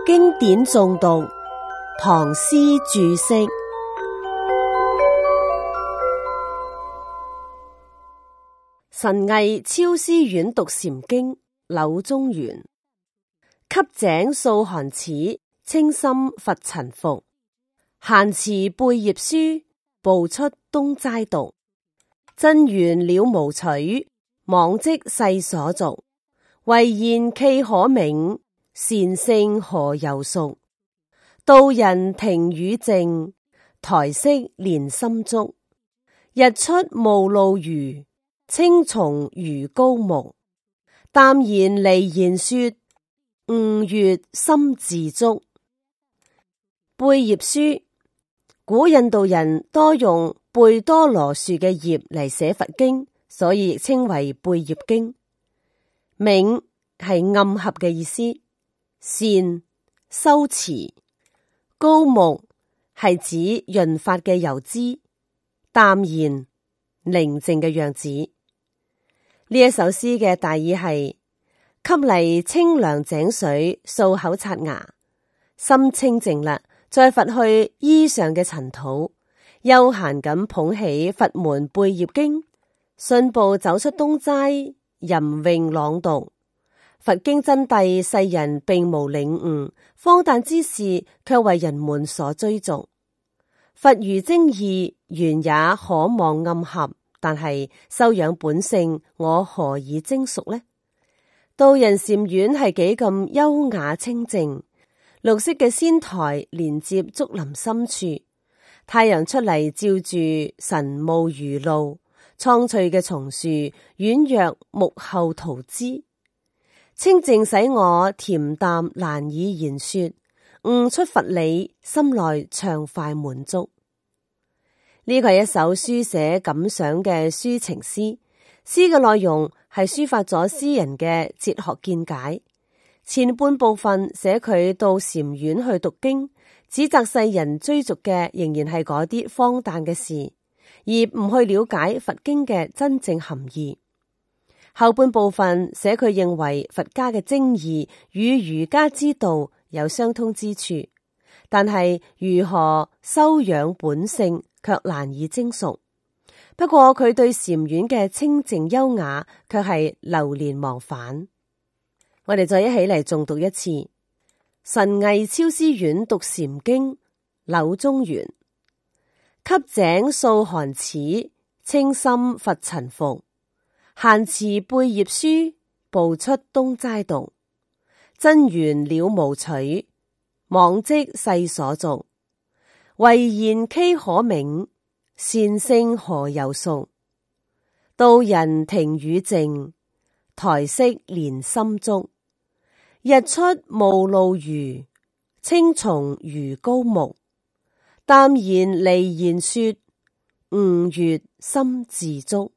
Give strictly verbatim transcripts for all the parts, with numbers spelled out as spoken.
經典誦讀，唐詩注釋。神藝超思院讀禪經，柳宗元。汲井掃寒齒，清心拂塵服。閒持貝葉書，步出東齋讀。真緣了無取，妄跡世所俗。唯言冀可鳴，禪性何由屬？道人庭宇靜，台式連心足。日出霧露餘，青松如高木。淡然離言說，悟悅心自足。貝葉書，古印度人多用貝多羅樹嘅葉嚟寫佛經，所以亦稱為貝葉經。冥係暗合嘅意思，善修持，高木係指潤發嘅油脂，淡然寧靜嘅樣子。呢一首詩嘅大意係吸嚟清涼井水，漱口刷牙，心清靜啦，再拂去衣上嘅塵土，悠閒咁捧起佛門貝葉經，信步走出東齋，吟詠朗讀。佛經真諦，世人並無領悟，荒誕之事卻為人們所追逐。佛如精義，原也可望暗合，但係修養本性，我何以精熟呢？道人禪院係幾咁優雅清靜，綠色嘅仙台連接竹林深處，太陽出嚟照住晨霧如露，蒼翠嘅松樹宛若木後桃枝。清靜使我恬淡難以言說，悟出佛理，心內暢快滿足。呢個係一首書寫感想嘅抒情詩，詩嘅內容係抒發咗詩人嘅哲學見解。前半部分寫佢到禪院去讀經，指責世人追逐嘅仍然係嗰啲荒誕嘅事，而唔去了解佛經嘅真正含義。後半部分寫佢認為佛家嘅精義與儒家之道有相通之處，但係如何修養本性卻難以精熟。不過佢對禪院嘅清靜優雅卻係流連忘返。我哋再一起嚟誦讀一次神藝超思院讀禪經，柳宗元。汲井掃寒齒，清心拂塵服。閒持貝葉書，步出東齋讀。真緣了無取，妄跡世所俗。唯言冀可鳴，禪性何由屬？道人庭宇靜，台式連心足。日出霧露餘，青松如高木。淡然離言說，悟悅心自足。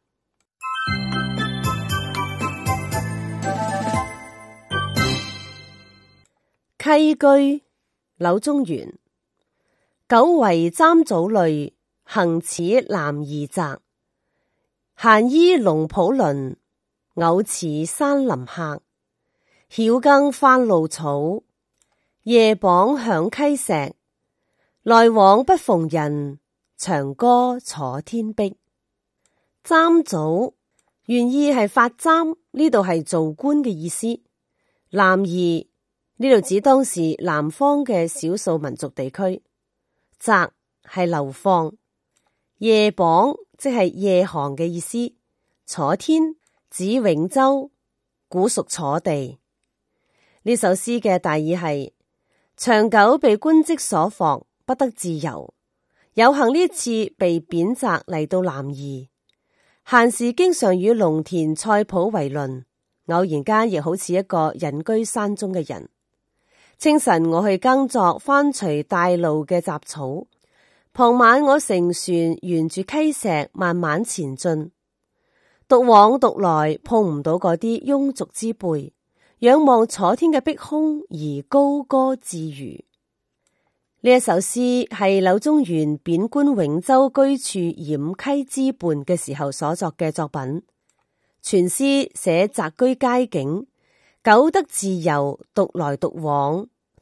溪居，柳宗元。久為簪棗類，行似男兒澤。閒依龍圃輪，偶似山林客。曉耕番露草，夜傍響溪石。來往不逢人，長歌楚天碧。簪棗原意係發簪，呢度係做官嘅意思。男兒呢度指當時南方嘅少數民族地區。澤係流放。夜傍即係夜航嘅意思。楚天指永州，古屬楚地。呢首詩嘅大意係長久被官職所縛，不得自由，有幸呢次被貶謫嚟到南夷。閒時經常與農田菜圃為鄰，偶然間亦好似一個隱居山中嘅人。清晨我去耕作，翻除大路嘅雜草；傍晚我乘船沿住溪石慢慢前進，獨往獨來，碰唔到嗰啲庸俗之輩，仰望楚天嘅碧空而高歌自如。呢一首詩係柳宗元貶官永州居處偃溪之畔嘅時候所作嘅作品。全詩寫宅居街景，久得自由，獨來獨往，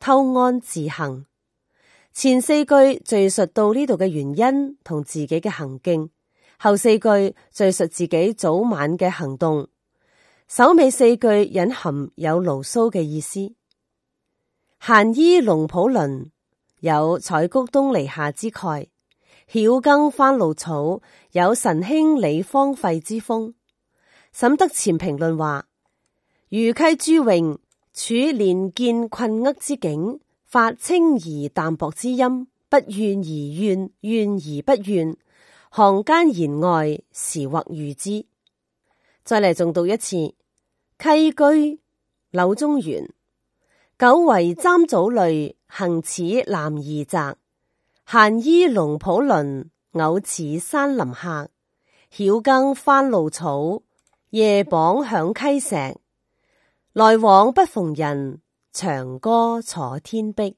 偷安自幸。前四句敘述到呢度嘅原因同自己嘅行徑，後四句敘述自己早晚嘅行動。首尾四句隱含有牢騷嘅意思。閒依龍圃輪，有採菊東籬下之概；曉耕番路草，有神興理荒廢之風。沈德潛評論話：如溪諸泳，處連見困厄之境，發清而淡薄之音，不怨而怨，怨而不怨，行間言外，時或遇之。再嚟重讀一次。溪居，柳宗元。久為簪棗類，行似南夷澤。閒依龍圃輪，偶似山林客。曉耕番路草，夜傍響溪石。來往不逢人，長歌楚天碧。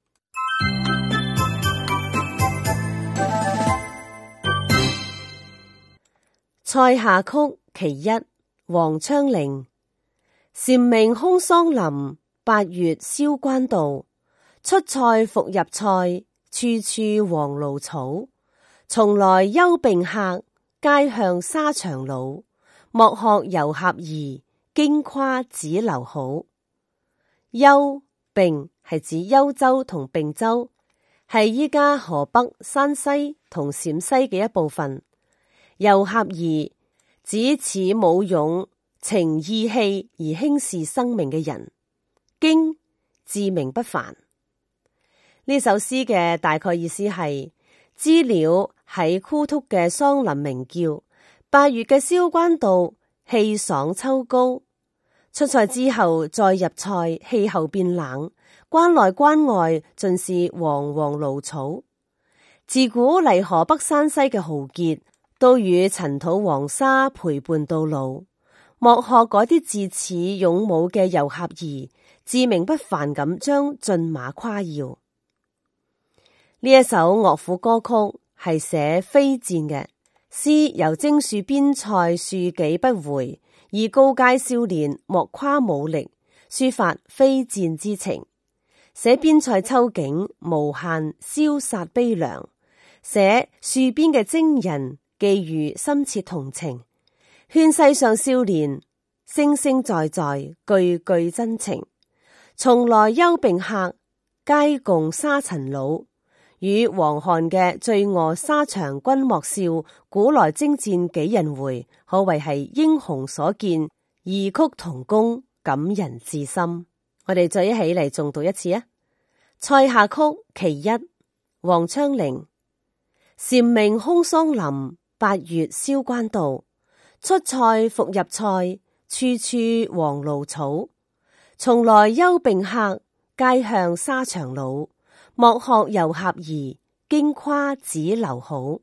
塞下曲其一，王昌齡。蟬鳴空桑林，八月蕭關道。出塞復入塞，處處黃蘆草。從來休並客，街向沙場老。莫學遊俠兒，驚誇子樓好。幽并係指幽州同并州，係依家河北、山西同陝西嘅一部分。遊俠兒指似武勇、情義氣而輕視生命嘅人。驚自命不凡。呢首詩嘅大概意思係：知了喺枯禿嘅桑林鳴叫，八月嘅蕭關道氣爽秋高。出塞之後再入塞，氣候變冷，關內關外盡是黃黃蘆草。自古嚟河北山西嘅豪傑，都與塵土黃沙陪伴到老。莫學嗰啲自恃勇武嘅遊俠兒，自命不凡咁將駿馬誇耀。呢一首樂府歌曲係寫非戰嘅，詩由征戍邊塞庶幾不回，以告誡少年莫誇武力，抒發非戰之情。寫邊塞秋景無限蕭殺悲涼，寫戍邊嘅征人寄予深切同情，勸世上少年聲聲在在句句真情。從來休並客，皆共沙塵老。與黃漢嘅醉臥沙場君莫笑，古來征戰幾人回，可謂係英雄所見，異曲同工，感人至深。我哋再一起嚟重讀一次啊！塞下曲其一，王昌齡。蟬鳴空桑林，八月蕭關道。出塞復入塞，處處黃蘆草。從來休並客，街向沙場老。莫學遊俠兒，驚誇子樓好。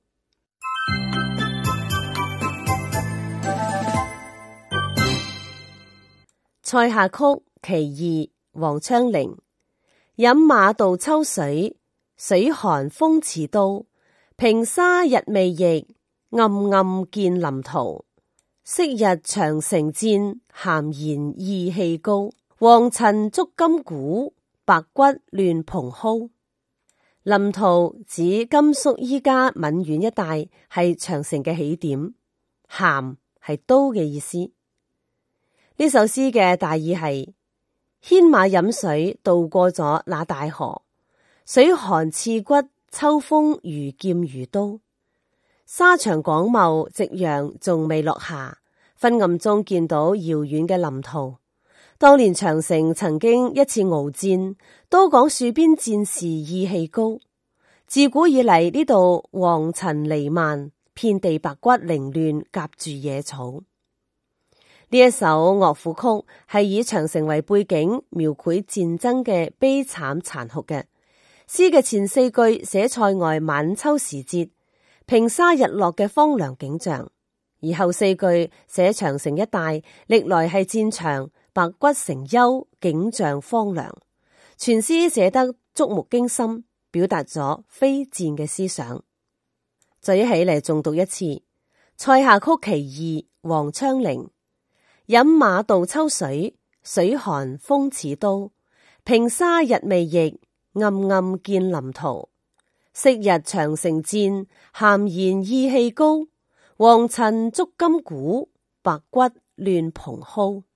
塞下曲其二，王昌齡。飲馬渡秋水，水寒風似刀。平沙日未翌，暗暗見臨洮。昔日長城戰，咸言意氣高。黃塵觸金鼓，白骨亂蓬蒿。臨洮指甘肅依家閩縣一帶，係長城嘅起點。咸係刀嘅意思。呢首詩嘅大意係：牽馬飲水，渡過咗那大河，水寒刺骨，秋風如劍如刀。沙場廣袤，夕陽仲未落下，昏暗中見到遙遠嘅臨洮。當年長城曾經一次鏖戰，都講戍邊戰士意氣高。自古以嚟呢度黃塵彌漫，遍地白骨凌亂，夾住野草。呢一首樂府曲係以長城為背景，描繪戰爭嘅悲慘殘酷嘅。詩嘅前四句寫塞外晚秋時節，平沙日落嘅荒涼景象，而後四句寫長城一帶歷來係戰場，白骨成丘，景象荒涼。全詩寫得觸目驚心，表達咗非戰嘅思想。再一起嚟重讀一次。塞下曲其二，王昌齡。飲馬渡秋水，水寒風似刀。 平沙日未翌，暗暗見臨途。昔日長城戰，咸言意氣高。黃塵捉金鼓，白骨亂蓬蒿。